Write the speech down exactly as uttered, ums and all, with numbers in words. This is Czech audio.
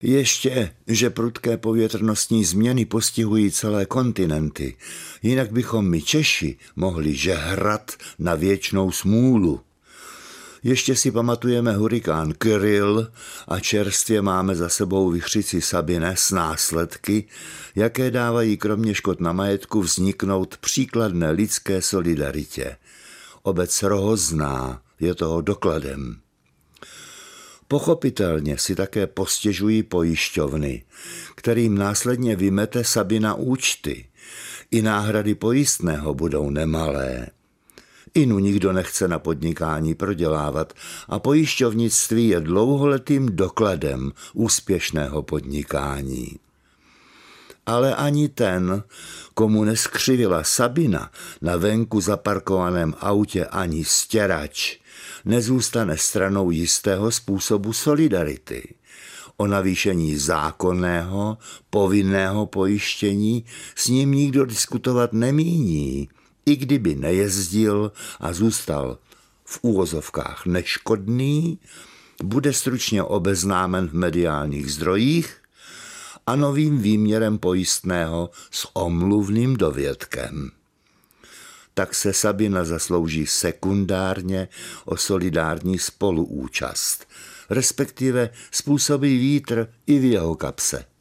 Ještě, že prudké povětrnostní změny postihují celé kontinenty, jinak bychom my Češi mohli žehrat na věčnou smůlu. Ještě si pamatujeme hurikán Kyrill a čerstvě máme za sebou vichřici Sabine s následky, jaké dávají kromě škod na majetku vzniknout příkladné lidské solidaritě. Obec Rohozná je toho dokladem. Pochopitelně si také postěžují pojišťovny, kterým následně vymete Sabina účty. I náhrady pojistného budou nemalé. Inu nikdo nechce na podnikání prodělávat a pojišťovnictví je dlouholetým dokladem úspěšného podnikání. Ale ani ten, komu neskřivila Sabina na venku zaparkovaném autě ani stěrač, nezůstane stranou jistého způsobu solidarity. O navýšení zákonného, povinného pojištění s ním nikdo diskutovat nemíní, i kdyby nejezdil a zůstal v úvozovkách neškodný, bude stručně obeznámen v mediálních zdrojích a novým výměrem pojistného s omluvným dovědkem. Tak se Sabina zaslouží sekundárně o solidární spoluúčast, respektive způsobí vítr i v jeho kapse.